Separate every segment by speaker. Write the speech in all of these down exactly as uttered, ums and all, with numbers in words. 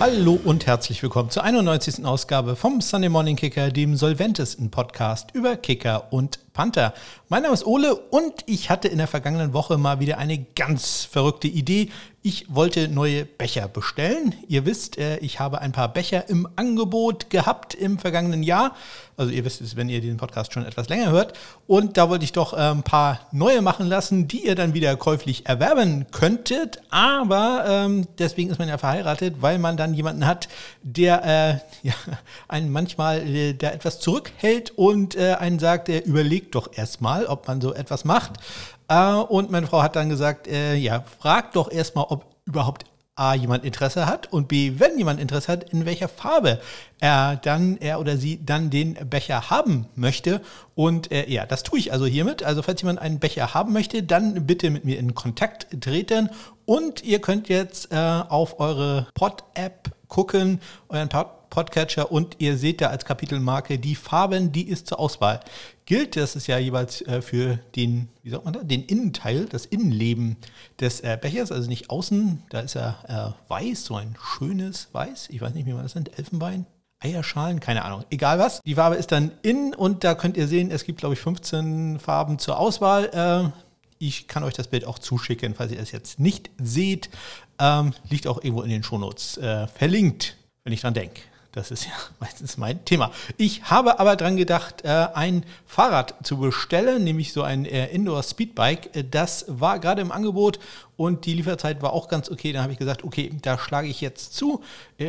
Speaker 1: Hallo und herzlich willkommen zur einundneunzigsten Ausgabe vom Sunday Morning Kicker, dem solventesten Podcast über Kicker und Panther. Mein Name ist Ole und ich hatte in der vergangenen Woche mal wieder eine ganz verrückte Idee. Ich wollte neue Becher bestellen. Ihr wisst, ich habe ein paar Becher im Angebot gehabt im vergangenen Jahr. Also ihr wisst es, wenn ihr diesen Podcast schon etwas länger hört. Und da wollte ich doch ein paar neue machen lassen, die ihr dann wieder käuflich erwerben könntet. Aber ähm, deswegen ist man ja verheiratet, weil man dann jemanden hat, der äh, ja, einen manchmal äh, da etwas zurückhält und äh, einen sagt, er überlegt doch erstmal, ob man so etwas macht. Äh, und meine Frau hat dann gesagt, äh, ja, frag doch erstmal, ob überhaupt A, jemand Interesse hat und B, wenn jemand Interesse hat, in welcher Farbe er dann, er oder sie dann den Becher haben möchte. Und äh, ja, das tue ich also hiermit. Also falls jemand einen Becher haben möchte, dann bitte mit mir in Kontakt treten. Und ihr könnt jetzt äh, auf eure Pod-App gucken, euren Pod Podcatcher, und ihr seht da als Kapitelmarke die Farben, die es zur Auswahl gilt. Das ist ja jeweils äh, für den, wie sagt man da, den Innenteil, das Innenleben des äh, Bechers, also nicht außen, da ist er äh, weiß, so ein schönes Weiß, ich weiß nicht, wie man das nennt, Elfenbein, Eierschalen, keine Ahnung, egal was. Die Farbe ist dann innen und da könnt ihr sehen, es gibt, glaube ich, fünfzehn Farben zur Auswahl. Äh, ich kann euch das Bild auch zuschicken, falls ihr es jetzt nicht seht. Ähm, liegt auch irgendwo in den Shownotes äh, verlinkt, wenn ich dran denke. Das ist ja meistens mein Thema. Ich habe aber dran gedacht, ein Fahrrad zu bestellen, nämlich so ein Indoor-Speedbike. Das war gerade im Angebot und die Lieferzeit war auch ganz okay. Dann habe ich gesagt, okay, da schlage ich jetzt zu.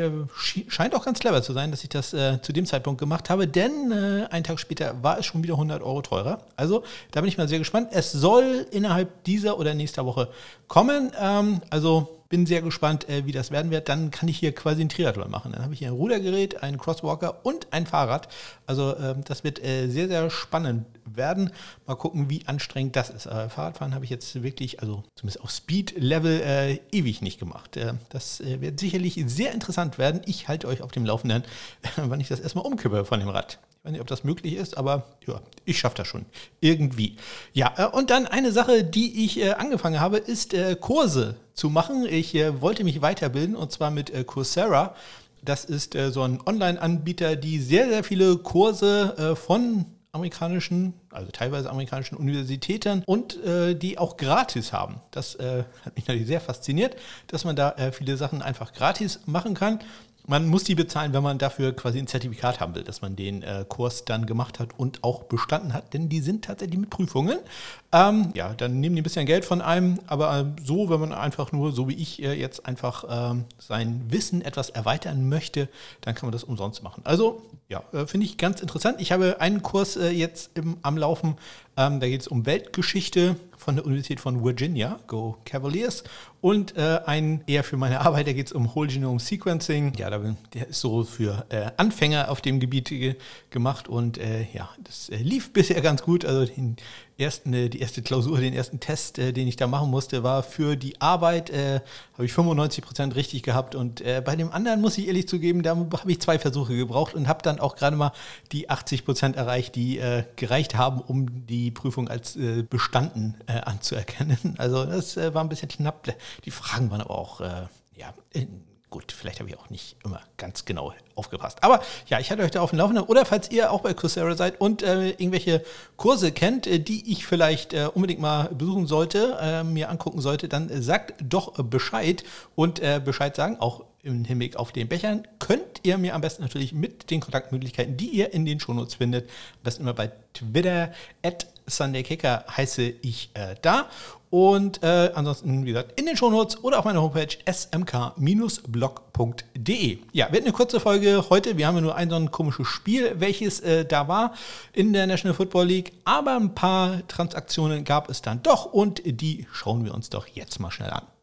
Speaker 1: Scheint auch ganz clever zu sein, dass ich das zu dem Zeitpunkt gemacht habe, denn einen Tag später war es schon wieder hundert Euro teurer. Also da bin ich mal sehr gespannt. Es soll innerhalb dieser oder nächster Woche kommen. Also bin sehr gespannt, äh, wie das werden wird. Dann kann ich hier quasi einen Triathlon machen. Dann habe ich hier ein Rudergerät, einen Crosswalker und ein Fahrrad. Also äh, das wird äh, sehr, sehr spannend werden. Mal gucken, wie anstrengend das ist. Aber Fahrradfahren habe ich jetzt wirklich, also zumindest auf Speed-Level, äh, ewig nicht gemacht. Äh, das äh, wird sicherlich sehr interessant werden. Ich halte euch auf dem Laufenden, wann ich das erstmal umkippe von dem Rad. Ich weiß nicht, ob das möglich ist, aber ja, ich schaffe das schon irgendwie. Ja, äh, und dann eine Sache, die ich äh, angefangen habe, ist äh, Kurse zu machen. Ich äh, wollte mich weiterbilden und zwar mit äh, Coursera. Das ist äh, so ein Online-Anbieter, die sehr, sehr viele Kurse äh, von amerikanischen, also teilweise amerikanischen Universitäten und äh, die auch gratis haben. Das äh, hat mich natürlich sehr fasziniert, dass man da äh, viele Sachen einfach gratis machen kann. Man muss die bezahlen, wenn man dafür quasi ein Zertifikat haben will, dass man den äh, Kurs dann gemacht hat und auch bestanden hat, denn die sind tatsächlich mit Prüfungen. Ähm, ja, dann nehmen die ein bisschen Geld von einem, aber äh, so, wenn man einfach nur, so wie ich äh, jetzt einfach ähm, sein Wissen etwas erweitern möchte, dann kann man das umsonst machen. Also, ja, äh, finde ich ganz interessant. Ich habe einen Kurs äh, jetzt im, am Laufen, ähm, da geht es um Weltgeschichte von der Universität von Virginia, Go Cavaliers, und äh, einen eher für meine Arbeit, da geht es um Whole Genome Sequencing. Ja, der ist so für äh, Anfänger auf dem Gebiet ge- gemacht und äh, ja, das äh, lief bisher ganz gut. Also den ersten, äh, die erste Klausur, den ersten Test, äh, den ich da machen musste, war für die Arbeit, äh, habe ich fünfundneunzig Prozent richtig gehabt und äh, bei dem anderen, muss ich ehrlich zugeben, da habe ich zwei Versuche gebraucht und habe dann auch gerade mal die achtzig Prozent erreicht, die äh, gereicht haben, um die Prüfung als äh, bestanden äh, anzuerkennen. Also das äh, war ein bisschen knapp. Die Fragen waren aber auch, äh, ja, äh, gut, vielleicht habe ich auch nicht immer ganz genau aufgepasst. Aber ja, ich halte euch da auf dem Laufenden. Oder falls ihr auch bei Coursera seid und äh, irgendwelche Kurse kennt, äh, die ich vielleicht äh, unbedingt mal besuchen sollte, äh, mir angucken sollte, dann äh, sagt doch Bescheid und äh, Bescheid sagen, auch im Hinblick auf den Bechern, könnt ihr mir am besten natürlich mit den Kontaktmöglichkeiten, die ihr in den Shownotes findet, am besten immer bei Twitter, at SundayKicker heiße ich äh, da. Und äh, ansonsten, wie gesagt, in den Shownotes oder auf meiner Homepage s m k blog punkt d e. Ja, wird eine kurze Folge heute. Wir haben ja nur ein so ein komisches Spiel, welches äh, da war in der National Football League. Aber ein paar Transaktionen gab es dann doch und die schauen wir uns doch jetzt mal schnell an.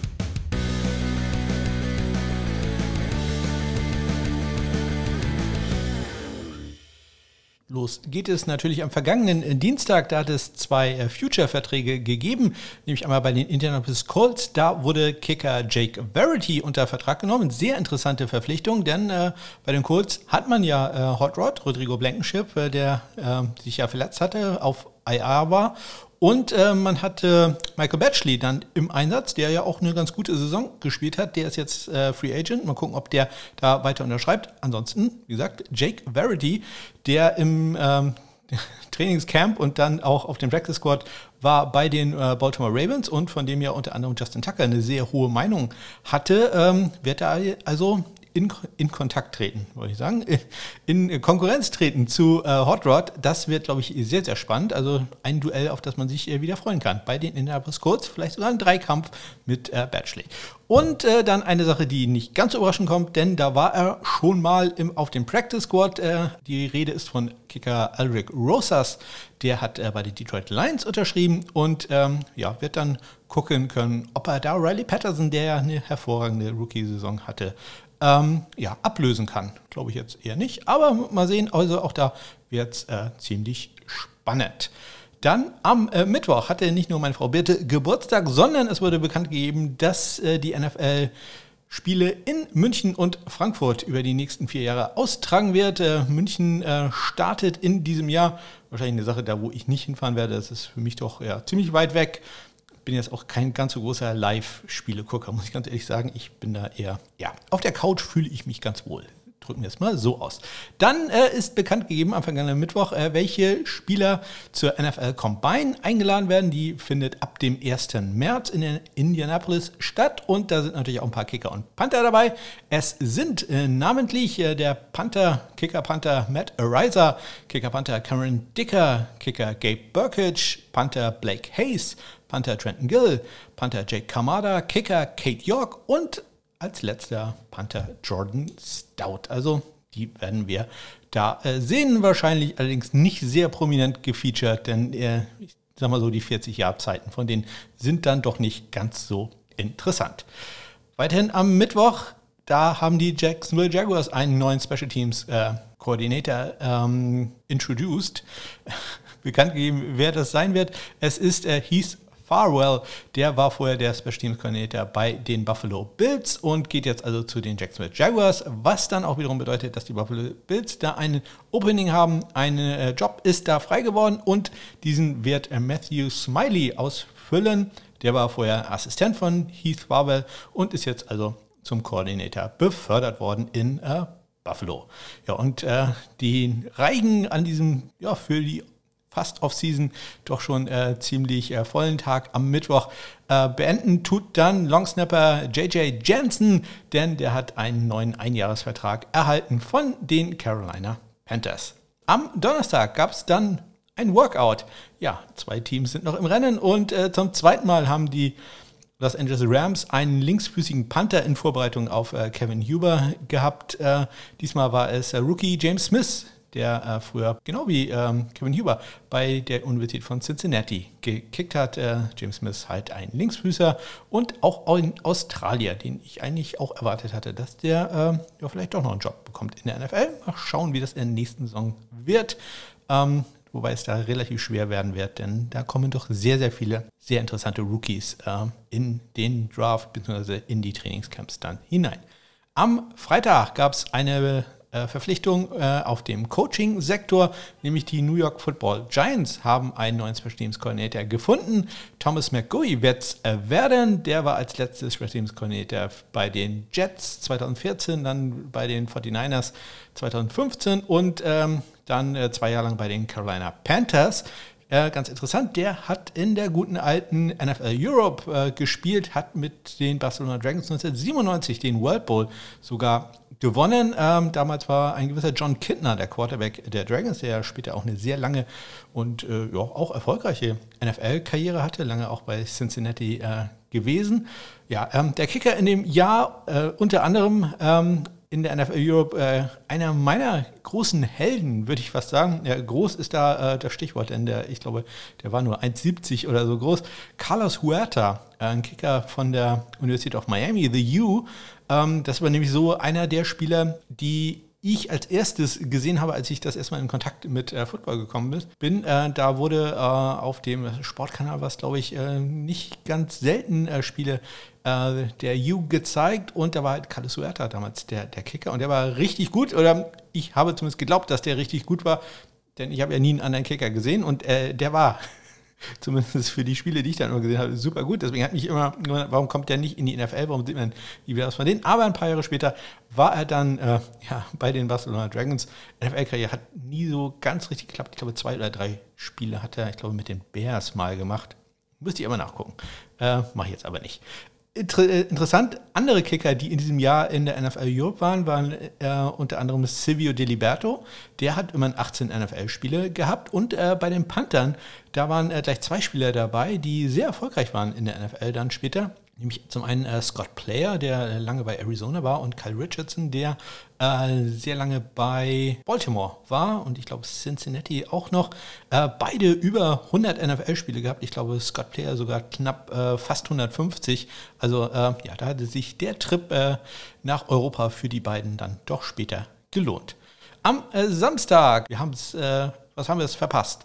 Speaker 1: Los geht es natürlich am vergangenen Dienstag, da hat es zwei äh, Future-Verträge gegeben, nämlich einmal bei den Indianapolis Colts, da wurde Kicker Jake Verity unter Vertrag genommen, sehr interessante Verpflichtung, denn äh, bei den Colts hat man ja äh, Hot Rod, Rodrigo Blankenship, äh, der äh, sich ja verletzt hatte, auf I R war Und äh, man hatte Michael Batchley dann im Einsatz, der ja auch eine ganz gute Saison gespielt hat. Der ist jetzt äh, Free Agent. Mal gucken, ob der da weiter unterschreibt. Ansonsten, wie gesagt, Jake Verity, der im ähm, Trainingscamp und dann auch auf dem Practice Squad war bei den äh, Baltimore Ravens und von dem ja unter anderem Justin Tucker eine sehr hohe Meinung hatte, ähm, wird da also in, in Kontakt treten, wollte ich sagen, in, in Konkurrenz treten zu äh, Hot Rod. Das wird, glaube ich, sehr, sehr spannend. Also ein Duell, auf das man sich äh, wieder freuen kann. Bei den Indianapolis Colts vielleicht sogar ein Dreikampf mit äh, Batchley. Und äh, dann eine Sache, die nicht ganz so überraschend kommt, denn da war er schon mal im, auf dem Practice Squad. Äh, die Rede ist von Kicker Alric Rosas. Der hat äh, bei den Detroit Lions unterschrieben und ähm, ja, wird dann gucken können, ob er da Riley Patterson, der ja eine hervorragende Rookie-Saison hatte, ähm, ja, ablösen kann. Glaube ich jetzt eher nicht. Aber mal sehen, also auch da wird es äh, ziemlich spannend. Dann am äh, Mittwoch hatte nicht nur meine Frau Birte Geburtstag, sondern es wurde bekannt gegeben, dass äh, die N F L Spiele in München und Frankfurt über die nächsten vier Jahre austragen wird. Äh, München äh, startet in diesem Jahr. Wahrscheinlich eine Sache da, wo ich nicht hinfahren werde. Das ist für mich doch ja, ziemlich weit weg. Bin jetzt auch kein ganz so großer Live-Spiele-Gucker, muss ich ganz ehrlich sagen. Ich bin da eher, ja, auf der Couch fühle ich mich ganz wohl. Drücken wir es mal so aus. Dann äh, ist bekannt gegeben am vergangenen Mittwoch, äh, welche Spieler zur N F L Combine eingeladen werden. Die findet ab dem ersten März in Indianapolis statt und da sind natürlich auch ein paar Kicker und Panther dabei. Es sind äh, namentlich äh, der Panther, Kicker-Panther Matt Ariza, Kicker-Panther Cameron Dicker, Kicker Gabe Burkage, Panther Blake Hayes, Panther Trenton Gill, Panther Jake Kamada, Kicker Kate York und als letzter Panther Jordan Stout. Also die werden wir da äh, sehen, wahrscheinlich allerdings nicht sehr prominent gefeatured, denn äh, ich sag mal so, die vierzig-Jahr-Zeiten von denen sind dann doch nicht ganz so interessant. Weiterhin am Mittwoch, da haben die Jacksonville Jaguars einen neuen Special Teams äh, Coordinator ähm, introduced, bekannt gegeben, wer das sein wird. Es ist äh, Heath Farwell, der war vorher der Special Teams Coordinator bei den Buffalo Bills und geht jetzt also zu den Jacksonville Jaguars, was dann auch wiederum bedeutet, dass die Buffalo Bills da einen Opening haben. Ein äh, Job ist da frei geworden und diesen wird äh, Matthew Smiley ausfüllen. Der war vorher Assistent von Heath Farwell und ist jetzt also zum Coordinator befördert worden in äh, Buffalo. Ja, und äh, die Reigen an diesem, ja, für die fast Off-Season doch schon äh, ziemlich äh, vollen Tag am Mittwoch äh, beenden, tut dann Longsnapper J J Jensen, denn der hat einen neuen Einjahresvertrag erhalten von den Carolina Panthers. Am Donnerstag gab es dann ein Workout. Ja, zwei Teams sind noch im Rennen und äh, zum zweiten Mal haben die Los Angeles Rams einen linksfüßigen Panther in Vorbereitung auf äh, Kevin Huber gehabt. Äh, diesmal war es äh, Rookie James Smith, der äh, früher, genau wie ähm, Kevin Huber, bei der Universität von Cincinnati gekickt hat. Äh, James Smith halt ein Linksfüßer und auch ein Australier, den ich eigentlich auch erwartet hatte, dass der äh, ja, vielleicht doch noch einen Job bekommt in der N F L. Mal schauen, wie das in der nächsten Saison wird. Ähm, wobei es da relativ schwer werden wird, denn da kommen doch sehr, sehr viele sehr interessante Rookies äh, in den Draft bzw. in die Trainingscamps dann hinein. Am Freitag gab es eine äh, Verpflichtung äh, auf dem Coaching-Sektor, nämlich die New York Football Giants haben einen neuen Special Teams Coordinator gefunden. Thomas McGoey wird es äh, werden. Der war als letztes Special Teams Coordinator bei den Jets zwanzig vierzehn, dann bei den forty-niners zwanzig fünfzehn und ähm, dann äh, zwei Jahre lang bei den Carolina Panthers. Äh, ganz interessant, der hat in der guten alten N F L Europe äh, gespielt, hat mit den Barcelona Dragons neunzehnhundertsiebenundneunzig den World Bowl sogar gewonnen. Ähm, damals war ein gewisser John Kintner der Quarterback der Dragons, der später auch eine sehr lange und äh, ja, auch erfolgreiche N F L-Karriere hatte, lange auch bei Cincinnati äh, gewesen. Ja, ähm, der Kicker in dem Jahr äh, unter anderem ähm, in der N F L Europe äh, einer meiner großen Helden, würde ich fast sagen. Ja, groß ist da äh, das Stichwort, denn der, ich glaube, der war nur eins siebzig oder so groß. Carlos Huerta, äh, ein Kicker von der University of Miami, the U. Ähm, das war nämlich so einer der Spieler, die ich als erstes gesehen habe, als ich das erstmal in Kontakt mit äh, Football gekommen bin. Äh, da wurde äh, auf dem Sportkanal, was glaube ich äh, nicht ganz selten äh, Spiele äh, der U gezeigt und da war halt Carlos Huerta damals der, der Kicker und der war richtig gut, oder ich habe zumindest geglaubt, dass der richtig gut war, denn ich habe ja nie einen anderen Kicker gesehen und äh, der war zumindest für die Spiele, die ich dann immer gesehen habe, super gut. Deswegen hat mich immer gewundert, warum kommt der nicht in die N F L, warum sieht man nie wieder was von denen. Aber ein paar Jahre später war er dann äh, ja, bei den Barcelona Dragons. N F L-Karriere hat nie so ganz richtig geklappt. Ich glaube, zwei oder drei Spiele hat er, ich glaube, mit den Bears mal gemacht. Müsste ich aber nachgucken. Äh, Mache ich jetzt aber nicht. Interessant, andere Kicker, die in diesem Jahr in der N F L Europe waren, waren äh, unter anderem Silvio Diliberto. Der hat immerhin achtzehn N F L-Spiele gehabt. Und äh, bei den Panthern, da waren äh, gleich zwei Spieler dabei, die sehr erfolgreich waren in der N F L dann später. Nämlich zum einen äh, Scott Player, der lange bei Arizona war, und Kyle Richardson, der äh, sehr lange bei Baltimore war und ich glaube Cincinnati auch noch. Äh, beide über hundert N F L-Spiele gehabt. Ich glaube Scott Player sogar knapp äh, fast hundertfünfzig. Also äh, ja, da hatte sich der Trip äh, nach Europa für die beiden dann doch später gelohnt. Am äh, Samstag, wir haben es, äh, was haben wir es verpasst?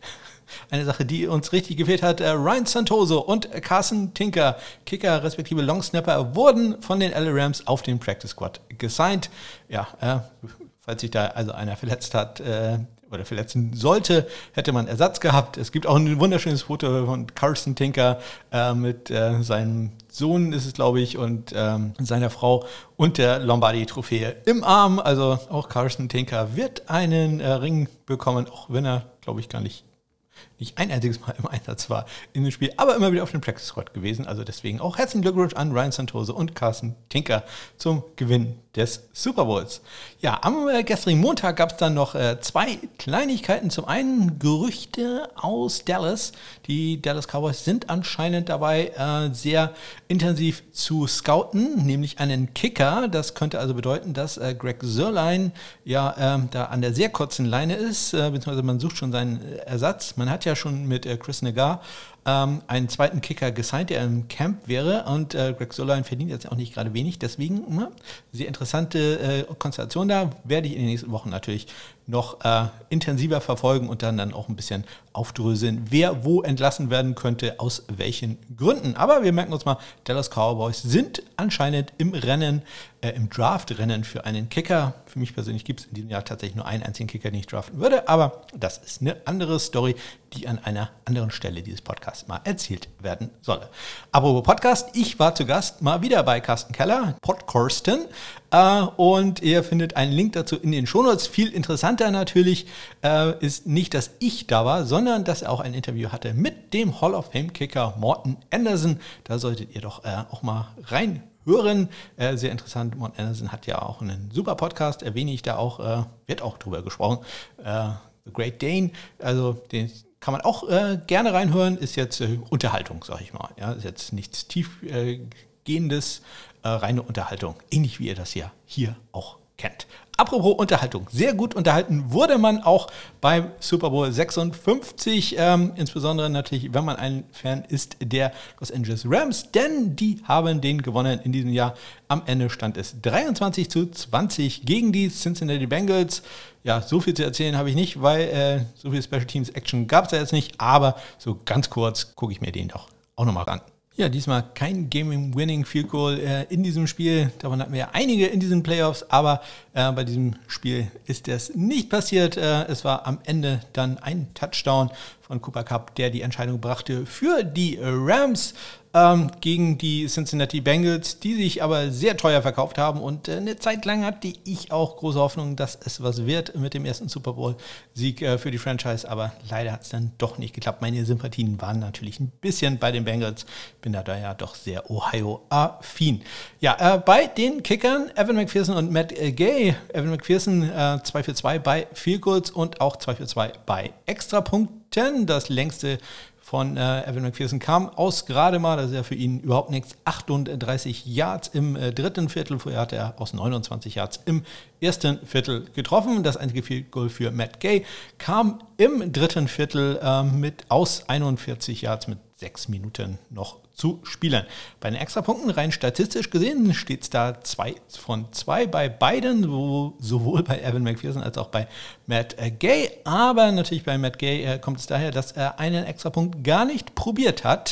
Speaker 1: Eine Sache, die uns richtig gefehlt hat, äh, Ryan Santoso und Carson Tinker, Kicker respektive Longsnapper, wurden von den L A Rams auf den Practice Squad gesigned. Ja, äh, falls sich da also einer verletzt hat äh, oder verletzen sollte, hätte man Ersatz gehabt. Es gibt auch ein wunderschönes Foto von Carson Tinker äh, mit äh, seinem Sohn, ist es glaube ich, und ähm, seiner Frau und der Lombardi-Trophäe im Arm. Also auch Carson Tinker wird einen äh, Ring bekommen, auch wenn er, glaube ich, gar nicht nicht ein einziges Mal im Einsatz war in dem Spiel, aber immer wieder auf dem Practice Squad gewesen. Also deswegen auch herzlichen Glückwunsch an Ryan Santoso und Carson Tinker zum Gewinn des Super Bowls. Ja, am äh, gestrigen Montag gab es dann noch äh, zwei Kleinigkeiten. Zum einen Gerüchte aus Dallas. Die Dallas Cowboys sind anscheinend dabei, äh, sehr intensiv zu scouten, nämlich einen Kicker. Das könnte also bedeuten, dass äh, Greg Zuerlein ja ähm, da an der sehr kurzen Leine ist, äh, beziehungsweise man sucht schon seinen Ersatz. Man hat ja schon mit äh, Chris Negar ähm, einen zweiten Kicker gesigned, der im Camp wäre, und äh, Greg Zuerlein verdient jetzt auch nicht gerade wenig, deswegen na, sehr interessante äh, Konstellation da, werde ich in den nächsten Wochen natürlich noch äh, intensiver verfolgen und dann, dann auch ein bisschen aufdröseln, wer wo entlassen werden könnte, aus welchen Gründen. Aber wir merken uns mal, Dallas Cowboys sind anscheinend im Rennen, äh, im Draft-Rennen für einen Kicker. Für mich persönlich gibt es in diesem Jahr tatsächlich nur einen einzigen Kicker, den ich draften würde, aber das ist eine andere Story, die an einer anderen Stelle dieses Podcasts mal erzählt werden soll. Apropos Podcast, ich war zu Gast mal wieder bei Carsten Keller, Podcorsten, äh, und ihr findet einen Link dazu in den Shownotes. Viel interessanter natürlich äh, ist nicht, dass ich da war, sondern dass er auch ein Interview hatte mit dem Hall of Fame-Kicker Morten Anderson. Da solltet ihr doch äh, auch mal reinhören. Äh, sehr interessant. Morten Anderson hat ja auch einen super Podcast, erwähne ich da auch, äh, wird auch drüber gesprochen. Äh, The Great Dane, also den kann man auch äh, gerne reinhören, ist jetzt äh, Unterhaltung, sag ich mal. Ja, ist jetzt nichts tiefgehendes, äh, reine Unterhaltung, ähnlich wie ihr das ja hier auch kennt. Apropos Unterhaltung, sehr gut unterhalten wurde man auch beim Super Bowl sechsundfünfzig, ähm, insbesondere natürlich, wenn man ein Fan ist der Los Angeles Rams, denn die haben den gewonnen in diesem Jahr. Am Ende stand es dreiundzwanzig zu zwanzig gegen die Cincinnati Bengals. Ja, so viel zu erzählen habe ich nicht, weil äh, so viel Special Teams Action gab es ja jetzt nicht, aber so ganz kurz gucke ich mir den doch auch nochmal an. Ja, diesmal kein Game-Winning-Field Goal äh, in diesem Spiel. Davon hatten wir ja einige in diesen Playoffs, aber äh, bei diesem Spiel ist das nicht passiert. Äh, es war am Ende dann ein Touchdown von Cooper Kupp, der die Entscheidung brachte für die Rams ähm, gegen die Cincinnati Bengals, die sich aber sehr teuer verkauft haben. Und äh, eine Zeit lang hatte ich auch große Hoffnung, dass es was wird mit dem ersten Super Bowl-Sieg äh, für die Franchise. Aber leider hat es dann doch nicht geklappt. Meine Sympathien waren natürlich ein bisschen bei den Bengals. Bin da ja doch sehr Ohio-affin. Ja, äh, bei den Kickern Evan McPherson und Matt äh, Gay. Evan McPherson äh, zwei für zwei bei Field Goals und auch zwei für zwei bei Extrapunkten. Das längste von äh, Evan McPherson kam aus gerade mal, das ist ja für ihn überhaupt nichts, achtunddreißig Yards im äh, dritten Viertel. Vorher hatte er aus neunundzwanzig Yards im ersten Viertel getroffen. Das einzige Field Goal für Matt Gay kam im dritten Viertel äh, mit aus einundvierzig Yards mit sechs Minuten noch zu spielen. Bei den Extrapunkten rein statistisch gesehen steht es da zwei von zwei bei beiden, wo, sowohl bei Evan McPherson als auch bei Matt Gay. Aber natürlich bei Matt Gay äh, kommt es daher, dass er einen Extrapunkt gar nicht probiert hat.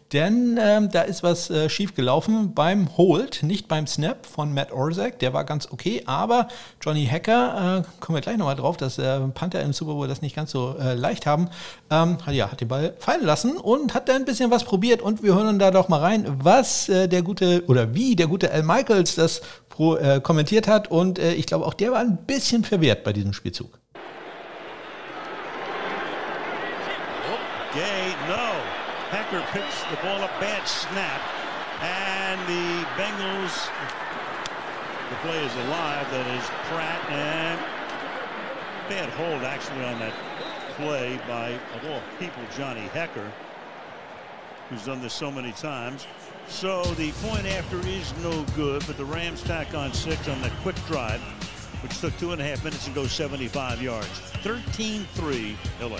Speaker 1: denn ähm, da ist was äh, schief gelaufen beim Hold, nicht beim Snap von Matt Orzech, der war ganz okay, aber Johnny Hekker, äh, kommen wir gleich nochmal drauf, dass äh, Panther im Super Bowl das nicht ganz so äh, leicht haben, ähm, hat, ja, hat den Ball fallen lassen und hat da ein bisschen was probiert und wir hören da doch mal rein, was äh, der gute, oder wie der gute Al Michaels das pro, äh, kommentiert hat und äh, ich glaube auch der war ein bisschen verwehrt bei diesem Spielzug.
Speaker 2: Gay, no. Hekker picks the ball up, bad snap, and the Bengals, the play is alive, that is Pratt, and bad hold actually on that play by, of all people, Johnny Hekker, who's done this so many times. So the point after is no good, but the Rams tack on six on that quick drive, which took two and a half minutes and goes seventy-five yards. thirteen three, Illinois.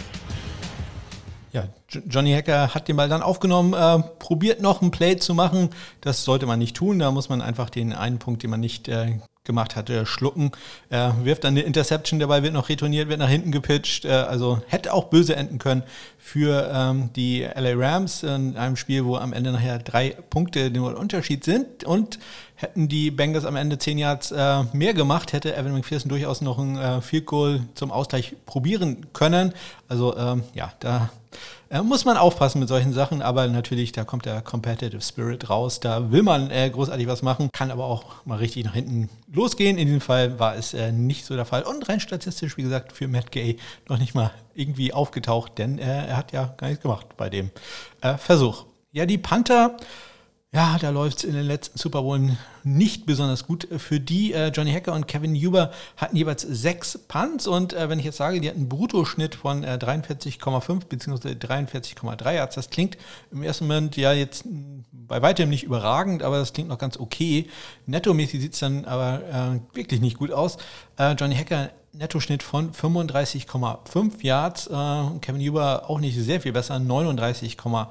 Speaker 1: Ja, Johnny Hekker hat den Ball dann aufgenommen, äh, probiert noch ein Play zu machen. Das sollte man nicht tun. Da muss man einfach den einen Punkt, den man nicht äh, gemacht hatte, schlucken. Er wirft dann eine Interception, der Ball wird noch retourniert, wird nach hinten gepitcht. Äh, also hätte auch böse enden können für ähm, die L A Rams in einem Spiel, wo am Ende nachher drei Punkte den Unterschied sind. Und hätten die Bengals am Ende zehn Yards äh, mehr gemacht, hätte Evan McPherson durchaus noch ein äh, Field Goal zum Ausgleich probieren können. Also ähm, ja, da äh, muss man aufpassen mit solchen Sachen, aber natürlich, da kommt der Competitive Spirit raus. Da will man äh, großartig was machen, kann aber auch mal richtig nach hinten losgehen. In diesem Fall war es äh, nicht so der Fall. Und rein statistisch, wie gesagt, für Matt Gay noch nicht mal irgendwie aufgetaucht, denn äh, er hat ja gar nichts gemacht bei dem äh, Versuch. Ja, die Panther, ja, da läuft es in den letzten Super Bowls nicht besonders gut für die. Äh, Johnny Hekker und Kevin Huber hatten jeweils sechs Punts und äh, wenn ich jetzt sage, die hatten einen Bruttoschnitt von äh, dreiundvierzig Komma fünf bzw. dreiundvierzig Komma drei Yards, das klingt im ersten Moment ja jetzt bei weitem nicht überragend, aber das klingt noch ganz okay. Nettomäßig sieht es dann aber äh, wirklich nicht gut aus. Äh, Johnny Hekker Nettoschnitt von fünfunddreißig Komma fünf Yards, äh, Kevin Huber auch nicht sehr viel besser, neununddreißig Komma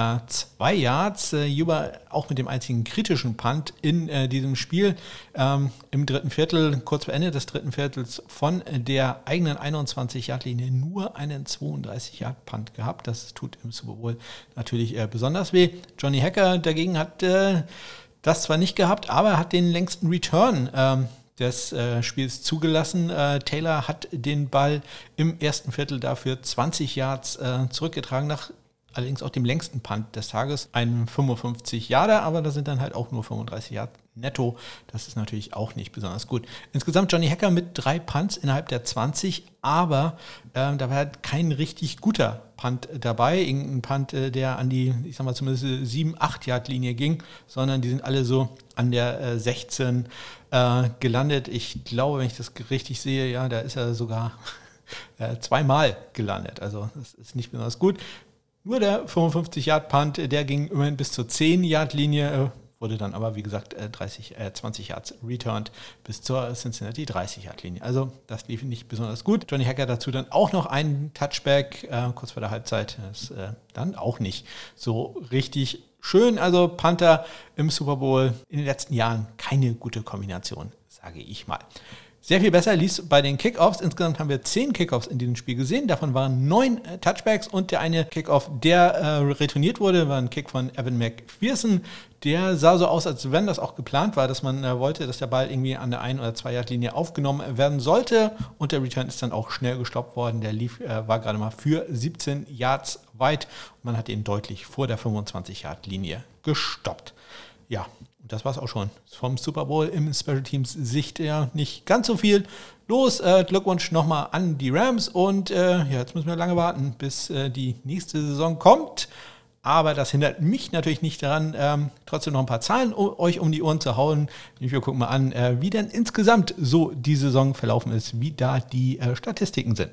Speaker 1: zwei Yards. Äh, Huber auch mit dem einzigen kritischen Punt in äh, diesem Spiel. Ähm, Im dritten Viertel, kurz vor Ende des dritten Viertels von der eigenen einundzwanzig-Yard-Linie nur einen zweiunddreißig-Yard-Punt gehabt. Das tut im Super Bowl natürlich äh, besonders weh. Johnny Hekker dagegen hat äh, das zwar nicht gehabt, aber hat den längsten Return ähm, des äh, Spiels zugelassen. Äh, Taylor hat den Ball im ersten Viertel dafür zwanzig Yards äh, zurückgetragen, nach allerdings auch dem längsten Punt des Tages, einen fünfundfünfzig Yarder, aber da sind dann halt auch nur fünfunddreißig Yards netto. Das ist natürlich auch nicht besonders gut. Insgesamt Johnny Hekker mit drei Punts innerhalb der zwanzig, aber äh, da war halt kein richtig guter Punt dabei. Irgendein Punt, äh, der an die, ich sag mal zumindest sieben, acht Yard Linie ging, sondern die sind alle so an der äh, sechzehn äh, gelandet. Ich glaube, wenn ich das richtig sehe, ja, da ist er sogar äh, zweimal gelandet. Also das ist nicht besonders gut. Nur der fünfundfünfzig-Yard-Punt, der ging immerhin bis zur zehn-Yard-Linie, wurde dann aber, wie gesagt, dreißig, äh, zwanzig Yards returned bis zur Cincinnati dreißig-Yard-Linie. Also das lief nicht besonders gut. Johnny Hekker dazu dann auch noch einen Touchback, äh, kurz vor der Halbzeit. Das ist äh, dann auch nicht so richtig schön. Also Panther im Super Bowl in den letzten Jahren keine gute Kombination, sage ich mal. Sehr viel besser lief bei den Kickoffs. Insgesamt haben wir zehn Kickoffs in diesem Spiel gesehen. Davon waren neun äh, Touchbacks und der eine Kickoff, der äh, retourniert wurde, war ein Kick von Evan McPherson. Der sah so aus, als wenn das auch geplant war, dass man äh, wollte, dass der Ball irgendwie an der ein- oder zwei Yard Linie aufgenommen werden sollte. Und der Return ist dann auch schnell gestoppt worden. Der lief, äh, war gerade mal für siebzehn Yards weit. Und man hat ihn deutlich vor der fünfundzwanzig Yard Linie gestoppt. Ja, und das war es auch schon. Vom Super Bowl im Special Teams Sicht ja nicht ganz so viel los. Äh, Glückwunsch nochmal an die Rams und äh, ja, jetzt müssen wir lange warten, bis äh, die nächste Saison kommt. Aber das hindert mich natürlich nicht daran, ähm, trotzdem noch ein paar Zahlen um, euch um die Ohren zu hauen. Wir gucken mal an, äh, wie denn insgesamt so die Saison verlaufen ist, wie da die äh, Statistiken sind.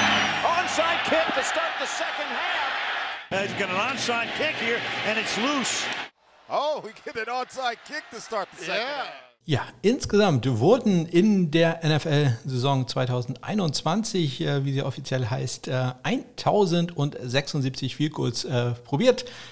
Speaker 2: Onside kick to start the second half. Uh, he's got an onside kick here and it's loose.
Speaker 3: Oh, we get an onside kick to start the second half.
Speaker 1: Ja, insgesamt wurden in der N F L-Saison zweitausendeinundzwanzig, äh, wie sie offiziell heißt, äh, tausendsechsundsiebzig Field Goals äh, probiert.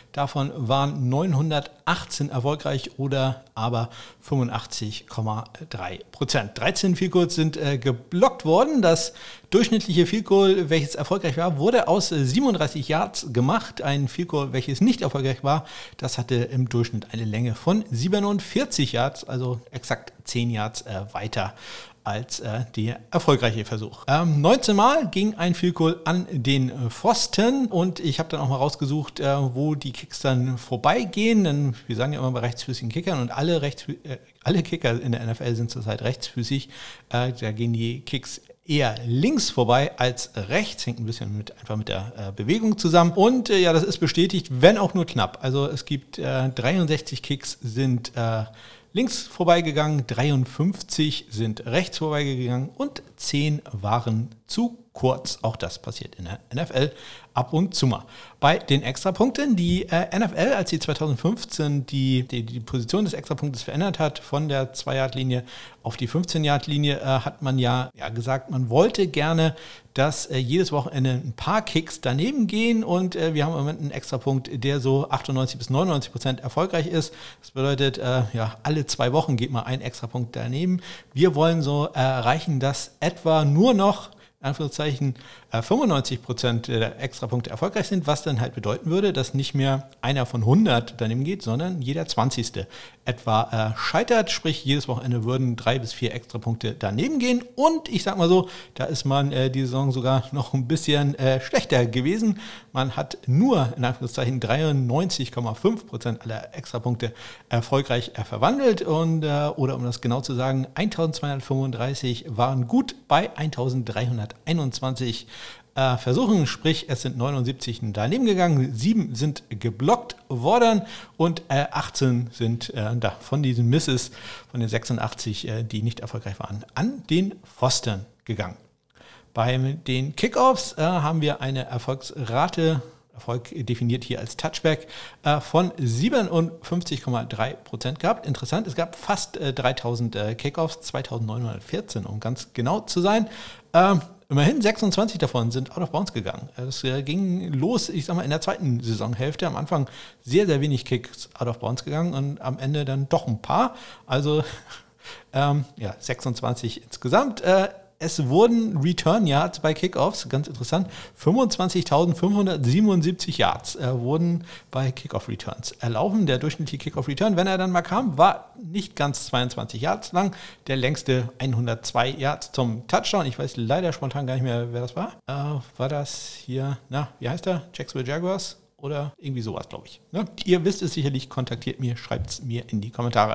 Speaker 1: Davon waren neunhundertachtzehn erfolgreich oder aber fünfundachtzig Komma drei Prozent. dreizehn Field Goals sind äh, geblockt worden. Das durchschnittliche Field Goal, welches erfolgreich war, wurde aus äh, siebenunddreißig Yards gemacht. Ein Field Goal, welches nicht erfolgreich war, das hatte im Durchschnitt eine Länge von siebenundvierzig Yards, also exakt zehn Yards äh, weiter als äh, der erfolgreiche Versuch. Ähm, neunzehn Mal ging ein Field Goal an den äh, Pfosten und ich habe dann auch mal rausgesucht, äh, wo die Kicks dann vorbeigehen, denn wir sagen ja immer bei rechtsfüßigen Kickern und alle, Rechts, äh, alle Kicker in der N F L sind zurzeit rechtsfüßig, äh, da gehen die Kicks eher links vorbei als rechts, hängt ein bisschen mit, einfach mit der äh, Bewegung zusammen und äh, ja, das ist bestätigt, wenn auch nur knapp. Also es gibt äh, dreiundsechzig Kicks sind äh, links vorbeigegangen, dreiundfünfzig sind rechts vorbeigegangen und zehn waren zu kurz. Auch das passiert in der N F L ab und zu mal. Bei den Extrapunkten, die äh, N F L, als sie zweitausendfünfzehn die, die, die Position des Extrapunktes verändert hat, von der zwei-Yard-Linie auf die fünfzehn-Yard-Linie, äh, hat man ja, ja gesagt, man wollte gerne, dass äh, jedes Wochenende ein paar Kicks daneben gehen und äh, wir haben im Moment einen Extrapunkt, der so achtundneunzig bis neunundneunzig Prozent erfolgreich ist. Das bedeutet, äh, ja, alle zwei Wochen geht mal ein Extrapunkt daneben. Wir wollen so äh, erreichen, dass etwa nur noch in Anführungszeichen äh, fünfundneunzig Prozent der Extrapunkte erfolgreich sind, was dann halt bedeuten würde, dass nicht mehr einer von hundert daneben geht, sondern jeder zwanzigste etwa äh, scheitert, sprich jedes Wochenende würden drei bis vier Extrapunkte daneben gehen und ich sag mal so, da ist man äh, die Saison sogar noch ein bisschen äh, schlechter gewesen. Man hat nur in Anführungszeichen dreiundneunzig Komma fünf Prozent aller Extrapunkte erfolgreich äh, verwandelt und äh, oder um das genau zu sagen, eintausendzweihundertfünfunddreißig waren gut bei eintausenddreihunderteinundzwanzig äh, Versuchen, sprich es sind neunundsiebzig daneben gegangen, sieben sind geblockt worden und äh, achtzehn sind äh, da von diesen Misses, von den sechsundachtzig, äh, die nicht erfolgreich waren, an den Pfosten gegangen. Bei den Kickoffs äh, haben wir eine Erfolgsrate, Erfolg definiert hier als Touchback, äh, von siebenundfünfzig Komma drei Prozent gehabt. Interessant, es gab fast äh, dreitausend äh, Kickoffs, zweitausendneunhundertvierzehn, um ganz genau zu sein. Ähm, immerhin sechsundzwanzig davon sind out of bounds gegangen. Das äh, ging los, ich sag mal, in der zweiten Saisonhälfte. Am Anfang sehr, sehr wenig Kicks out of bounds gegangen und am Ende dann doch ein paar. Also ähm, ja, sechsundzwanzig insgesamt. Äh, Es wurden Return Yards bei Kickoffs, ganz interessant, fünfundzwanzigtausendfünfhundertsiebenundsiebzig Yards äh, wurden bei Kickoff Returns erlaufen. Der durchschnittliche Kickoff Return, wenn er dann mal kam, war nicht ganz zweiundzwanzig Yards lang. Der längste hundertzwei Yards zum Touchdown. Ich weiß leider spontan gar nicht mehr, wer das war. Äh, war das hier, na, wie heißt er? Jacksonville Jaguars? Oder irgendwie sowas, glaube ich. Ne? Ihr wisst es sicherlich, kontaktiert mich, schreibt es mir in die Kommentare.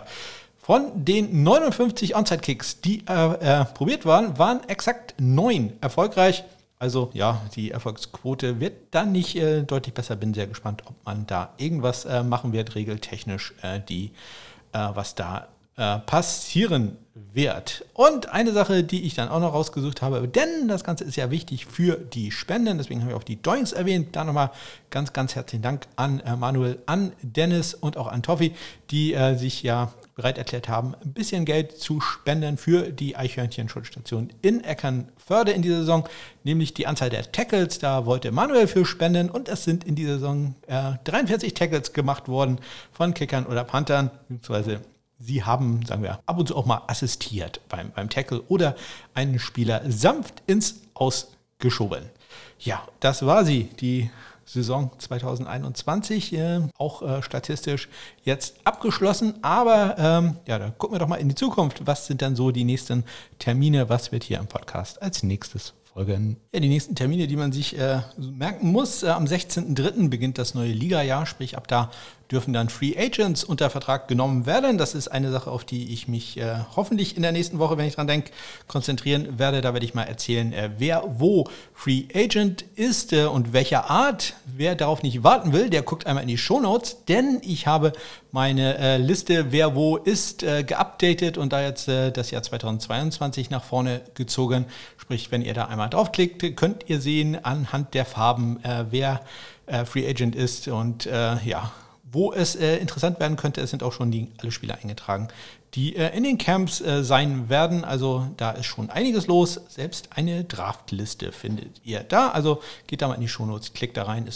Speaker 1: Von den neunundfünfzig Onside-Kicks, die äh, äh, probiert waren, waren exakt neun erfolgreich. Also ja, die Erfolgsquote wird dann nicht äh, deutlich besser. Bin sehr gespannt, ob man da irgendwas äh, machen wird, regeltechnisch, äh, die, äh, was da äh, passieren wird. Und eine Sache, die ich dann auch noch rausgesucht habe, denn das Ganze ist ja wichtig für die Spenden, deswegen habe ich auch die Doinks erwähnt. Da nochmal ganz, ganz herzlichen Dank an äh, Manuel, an Dennis und auch an Toffi, die äh, sich ja bereit erklärt haben, ein bisschen Geld zu spenden für die Eichhörnchen-Schutzstation in Eckernförde in dieser Saison, nämlich die Anzahl der Tackles, da wollte Manuel für spenden und es sind in dieser Saison äh, dreiundvierzig Tackles gemacht worden von Kickern oder Panthern, beziehungsweise sie haben, sagen wir, ab und zu auch mal assistiert beim, beim Tackle oder einen Spieler sanft ins Aus geschoben. Ja, das war sie, die Saison zweitausendeinundzwanzig, äh, auch äh, statistisch jetzt abgeschlossen, aber ähm, ja, da gucken wir doch mal in die Zukunft. Was sind dann so die nächsten Termine? Was wird hier im Podcast als nächstes folgen? Ja, die nächsten Termine, die man sich äh, merken muss. Äh, am sechzehnten dritten beginnt das neue Liga-Jahr, sprich ab da dürfen dann Free Agents unter Vertrag genommen werden. Das ist eine Sache, auf die ich mich äh, hoffentlich in der nächsten Woche, wenn ich dran denke, konzentrieren werde. Da werde ich mal erzählen, äh, wer wo Free Agent ist äh, und welcher Art. Wer darauf nicht warten will, der guckt einmal in die Shownotes, denn ich habe meine äh, Liste, wer wo ist, äh, geupdatet und da jetzt äh, das Jahr zweitausendzweiundzwanzig nach vorne gezogen. Sprich, wenn ihr da einmal draufklickt, könnt ihr sehen anhand der Farben, äh, wer äh, Free Agent ist und äh, ja, wo es äh, interessant werden könnte. Es sind auch schon die, alle Spieler eingetragen, die äh, in den Camps äh, sein werden. Also da ist schon einiges los. Selbst eine Draftliste findet ihr da. Also geht da mal in die Shownotes, klickt da rein. Ist so ein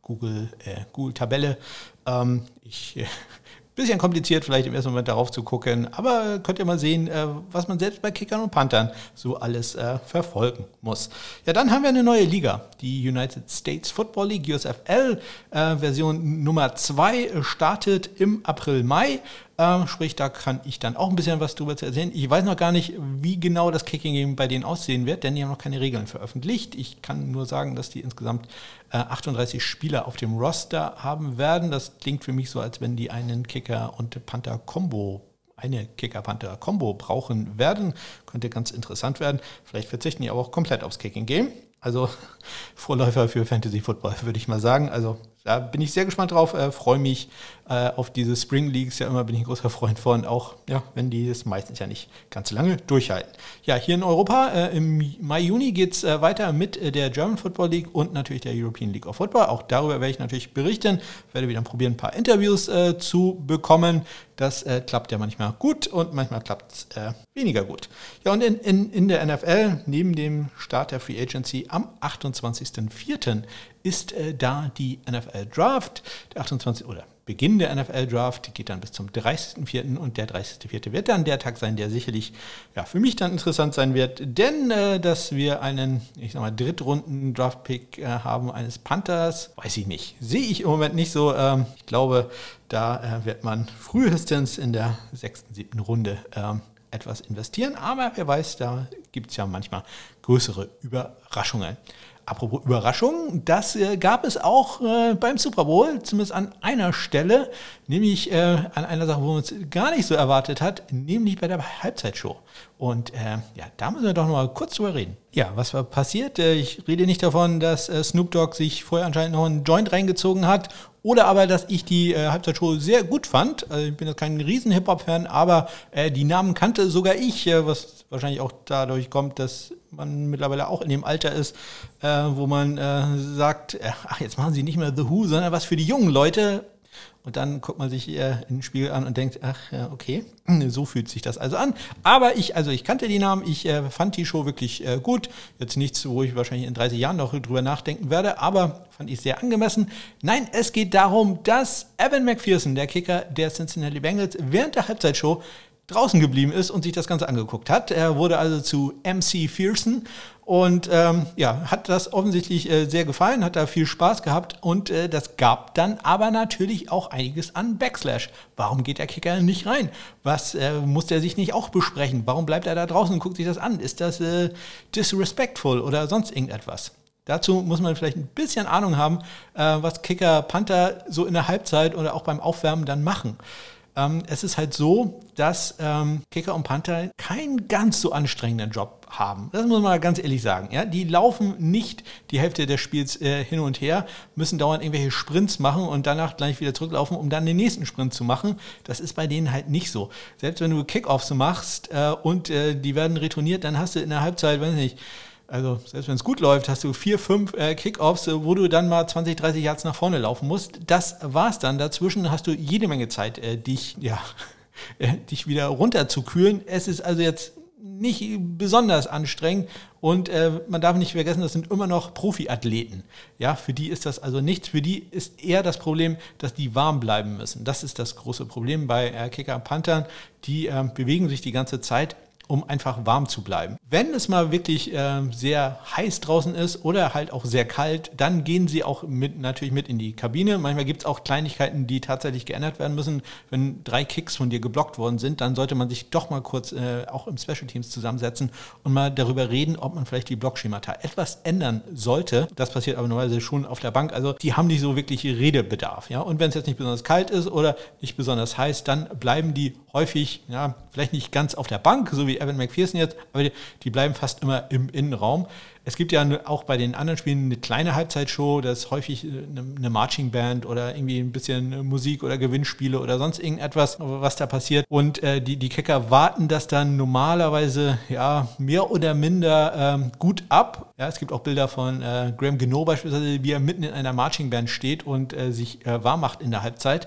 Speaker 1: Google, äh, Google-Tabelle. Ähm, ich... Äh, Bisschen kompliziert vielleicht im ersten Moment darauf zu gucken, aber könnt ihr mal sehen, was man selbst bei Kickern und Panthern so alles äh, verfolgen muss. Ja, dann haben wir eine neue Liga, die United States Football League, U S F L, äh, Version Nummer zwei startet im April, Mai. Äh, sprich, da kann ich dann auch ein bisschen was drüber zu erzählen. Ich weiß noch gar nicht, wie genau das Kicking-Game bei denen aussehen wird, denn die haben noch keine Regeln veröffentlicht. Ich kann nur sagen, dass die insgesamt äh, achtunddreißig Spieler auf dem Roster haben werden. Das klingt für mich so, als wenn die einen Kicker- und Panther-Kombo, eine Kicker-Panther-Kombo brauchen werden. Könnte ganz interessant werden. Vielleicht verzichten die aber auch komplett aufs Kicking-Game. Also Vorläufer für Fantasy Football, würde ich mal sagen. Also da bin ich sehr gespannt drauf, äh, freue mich äh, auf diese Spring Leagues. Ja, immer bin ich ein großer Freund von, auch ja, wenn die das meistens ja nicht ganz lange durchhalten. Ja, hier in Europa äh, im Mai, Juni geht es äh, weiter mit äh, der German Football League und natürlich der European League of Football. Auch darüber werde ich natürlich berichten. Werde wieder probieren, ein paar Interviews äh, zu bekommen. Das äh, klappt ja manchmal gut und manchmal klappt es äh, weniger gut. Ja, und in, in, in der N F L, neben dem Start der Free Agency am achtundzwanzigsten vierten ist äh, da die N F L Draft, der achtundzwanzigste oder Beginn der N F L Draft geht dann bis zum dreißigsten vierten und der dreißigste vierte wird dann der Tag sein, der sicherlich ja, für mich dann interessant sein wird, denn äh, dass wir einen, ich sag mal, Drittrunden-Draft-Pick äh, haben eines Panthers, weiß ich nicht. Sehe ich im Moment nicht so. Ähm, ich glaube, da äh, wird man frühestens in der sechsten, siebten Runde ähm, etwas investieren, aber wer weiß, da gibt es ja manchmal größere Überraschungen. Apropos Überraschung, das äh, gab es auch äh, beim Super Bowl, zumindest an einer Stelle, nämlich äh, an einer Sache, wo man es gar nicht so erwartet hat, nämlich bei der Halbzeitshow. Und äh, ja, da müssen wir doch noch mal kurz drüber reden. Ja, was war passiert? Äh, ich rede nicht davon, dass äh, Snoop Dogg sich vorher anscheinend noch einen Joint reingezogen hat oder aber, dass ich die äh, Halbzeitshow sehr gut fand. Also ich bin jetzt kein riesen Hip-Hop-Fan, aber äh, die Namen kannte sogar ich, äh, was wahrscheinlich auch dadurch kommt, dass man mittlerweile auch in dem Alter ist, äh, wo man äh, sagt, äh, ach, jetzt machen sie nicht mehr The Who, sondern was für die jungen Leute. Und dann guckt man sich äh, in den Spiegel an und denkt, ach ja, okay, so fühlt sich das also an. Aber ich, also ich kannte die Namen, ich äh, fand die Show wirklich äh, gut. Jetzt nichts, wo ich wahrscheinlich in dreißig Jahren noch drüber nachdenken werde, aber fand ich sehr angemessen. Nein, es geht darum, dass Evan McPherson, der Kicker der Cincinnati Bengals, während der Halbzeitshow draußen geblieben ist und sich das Ganze angeguckt hat. Er wurde also zu M C Fearson und ähm, ja, hat das offensichtlich äh, sehr gefallen, hat da viel Spaß gehabt und äh, das gab dann aber natürlich auch einiges an Backslash. Warum geht der Kicker nicht rein? Was äh, muss der sich nicht auch besprechen? Warum bleibt er da draußen und guckt sich das an? Ist das äh, disrespectful oder sonst irgendetwas? Dazu muss man vielleicht ein bisschen Ahnung haben, äh, was Kicker, Panther so in der Halbzeit oder auch beim Aufwärmen dann machen. Ähm, es ist halt so, dass ähm, Kicker und Panther keinen ganz so anstrengenden Job haben. Das muss man mal ganz ehrlich sagen. Ja? Die laufen nicht die Hälfte des Spiels äh, hin und her, müssen dauernd irgendwelche Sprints machen und danach gleich wieder zurücklaufen, um dann den nächsten Sprint zu machen. Das ist bei denen halt nicht so. Selbst wenn du Kickoffs machst äh, und äh, die werden retourniert, dann hast du in der Halbzeit, weiß nicht, also selbst wenn es gut läuft, hast du vier, fünf äh, Kickoffs, wo du dann mal zwanzig, dreißig Yards nach vorne laufen musst. Das war's dann. Dazwischen hast du jede Menge Zeit, äh, dich, ja, äh, dich wieder runterzukühlen. Es ist also jetzt nicht besonders anstrengend und äh, man darf nicht vergessen, das sind immer noch Profiathleten. Ja, für die ist das also nichts. Für die ist eher das Problem, dass die warm bleiben müssen. Das ist das große Problem bei äh, Kicker und Panthern. Die äh, bewegen sich die ganze Zeit, um einfach warm zu bleiben. Wenn es mal wirklich äh, sehr heiß draußen ist oder halt auch sehr kalt, dann gehen sie auch mit, natürlich mit in die Kabine. Manchmal gibt es auch Kleinigkeiten, die tatsächlich geändert werden müssen. Wenn drei Kicks von dir geblockt worden sind, dann sollte man sich doch mal kurz äh, auch im Special Teams zusammensetzen und mal darüber reden, ob man vielleicht die Blockschemata etwas ändern sollte. Das passiert aber normalerweise schon auf der Bank. Also die haben nicht so wirklich Redebedarf. Ja? Und wenn es jetzt nicht besonders kalt ist oder nicht besonders heiß, dann bleiben die häufig, ja, vielleicht nicht ganz auf der Bank, so wie Evan McPherson jetzt, aber die, die bleiben fast immer im Innenraum. Es gibt ja auch bei den anderen Spielen eine kleine Halbzeitshow, das ist häufig eine, eine Marching Band oder irgendwie ein bisschen Musik oder Gewinnspiele oder sonst irgendetwas, was da passiert. Und äh, die, die Kicker warten das dann normalerweise ja mehr oder minder ähm, gut ab. Ja, es gibt auch Bilder von äh, Graham Gano beispielsweise, wie er mitten in einer Marching Band steht und äh, sich äh, warm macht in der Halbzeit.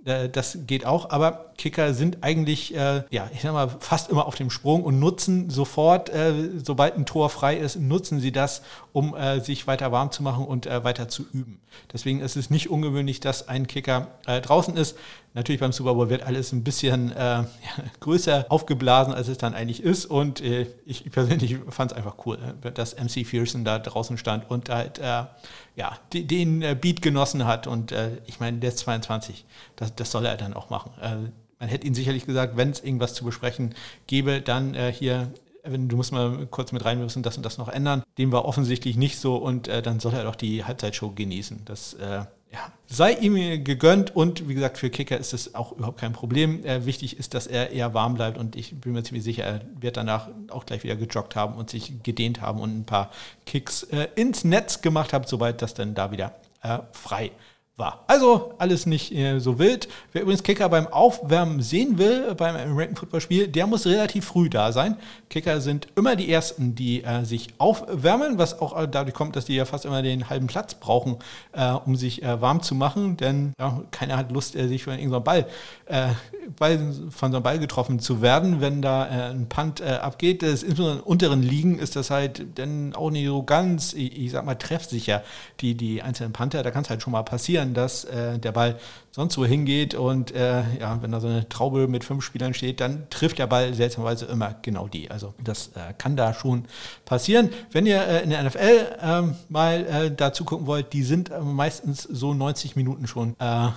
Speaker 1: äh, das geht auch, aber Kicker sind eigentlich, äh, ja, ich sag mal, fast immer auf dem Sprung und nutzen sofort, äh, sobald ein Tor frei ist, nutzen sie das, um äh, sich weiter warm zu machen und äh, weiter zu üben. Deswegen ist es nicht ungewöhnlich, dass ein Kicker äh, draußen ist. Natürlich beim Super Bowl wird alles ein bisschen äh, ja, größer aufgeblasen, als es dann eigentlich ist. Und äh, ich persönlich fand es einfach cool, dass M C Pearson da draußen stand und halt äh, ja, die, den äh, Beat genossen hat. Und äh, ich meine, der ist zweiundzwanzig. Das, das soll er dann auch machen. Äh, man hätte ihm sicherlich gesagt, wenn es irgendwas zu besprechen gäbe, dann äh, hier... Du musst mal kurz mit rein, wir müssen das und das noch ändern. Dem war offensichtlich nicht so und äh, dann soll er doch die Halbzeitshow genießen. Das äh, ja, sei ihm gegönnt und wie gesagt, für Kicker ist das auch überhaupt kein Problem. Äh, wichtig ist, dass er eher warm bleibt und ich bin mir ziemlich sicher, er wird danach auch gleich wieder gejoggt haben und sich gedehnt haben und ein paar Kicks äh, ins Netz gemacht haben, sobald das dann da wieder äh, frei war. Also alles nicht äh, so wild. Wer übrigens Kicker beim Aufwärmen sehen will, beim American Football Spiel, der muss relativ früh da sein. Kicker sind immer die Ersten, die äh, sich aufwärmen, was auch äh, dadurch kommt, dass die ja fast immer den halben Platz brauchen, äh, um sich äh, warm zu machen, denn ja, keiner hat Lust, äh, sich von irgendeinem Ball, äh, Ball, von so einem Ball getroffen zu werden, wenn da äh, ein Punt äh, abgeht. Das ist insbesondere in unteren Ligen ist das halt dann auch nicht so ganz, ich, ich sag mal, treffsicher, die, die einzelnen Panther. Da kann es halt schon mal passieren, dass äh, der Ball sonst wo hingeht und äh, ja, wenn da so eine Traube mit fünf Spielern steht, dann trifft der Ball seltsamerweise immer genau die. Also das äh, kann da schon passieren. Wenn ihr äh, in der N F L äh, mal äh, dazu gucken wollt, die sind äh, meistens so neunzig Minuten schon äh,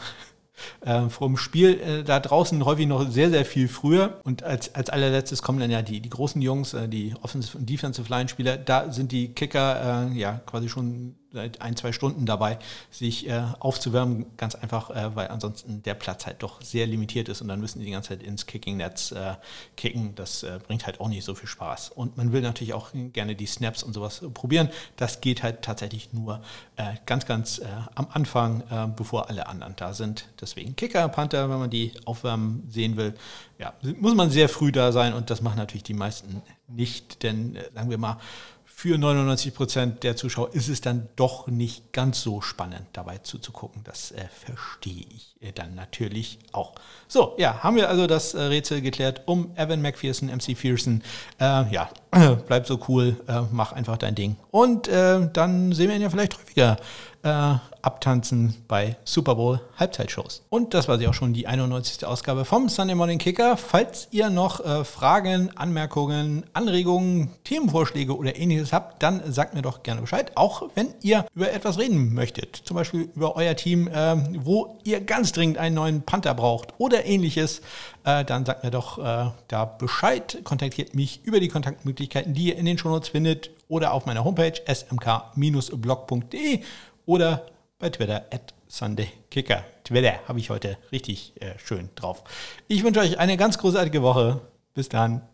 Speaker 1: Äh, vom Spiel äh, da draußen häufig noch sehr, sehr viel früher. Und als, als allerletztes kommen dann ja die, die großen Jungs, äh, die Offensive und Defensive Line Spieler. Da sind die Kicker äh, ja quasi schon seit ein, zwei Stunden dabei, sich äh, aufzuwärmen. Ganz einfach, äh, weil ansonsten der Platz halt doch sehr limitiert ist und dann müssen die die ganze Zeit ins Kicking-Netz äh, kicken. Das äh, bringt halt auch nicht so viel Spaß. Und man will natürlich auch gerne die Snaps und sowas probieren. Das geht halt tatsächlich nur äh, ganz, ganz äh, am Anfang, äh, bevor alle anderen da sind. Deswegen Kicker, Panther, wenn man die aufwärmen sehen will, ja, muss man sehr früh da sein und das machen natürlich die meisten nicht, denn äh, sagen wir mal, für neunundneunzig Prozent der Zuschauer ist es dann doch nicht ganz so spannend, dabei zuzugucken. Das äh, verstehe ich äh, dann natürlich auch. So, ja, haben wir also das äh, Rätsel geklärt um Evan McPherson, M C Pearson. Äh, ja, bleib so cool, äh, mach einfach dein Ding. Und äh, dann sehen wir ihn ja vielleicht häufiger äh, abtanzen bei Super Bowl Halbzeitshows. Und das war sie auch schon, die einundneunzigste Ausgabe vom Sunday Morning Kicker. Falls ihr noch äh, Fragen, Anmerkungen, Anregungen, Themenvorschläge oder ähnliches habt, dann sagt mir doch gerne Bescheid. Auch wenn ihr über etwas reden möchtet. Zum Beispiel über euer Team, äh, wo ihr ganz dringend einen neuen Panther braucht oder ähnliches. Äh, dann sagt mir doch äh, da Bescheid. Kontaktiert mich über die Kontaktmöglichkeiten, die ihr in den Shownotes findet oder auf meiner Homepage s m k dash blog punkt d e oder bei Twitter at SundayKicker. Twitter habe ich heute richtig äh, schön drauf. Ich wünsche euch eine ganz großartige Woche. Bis dann.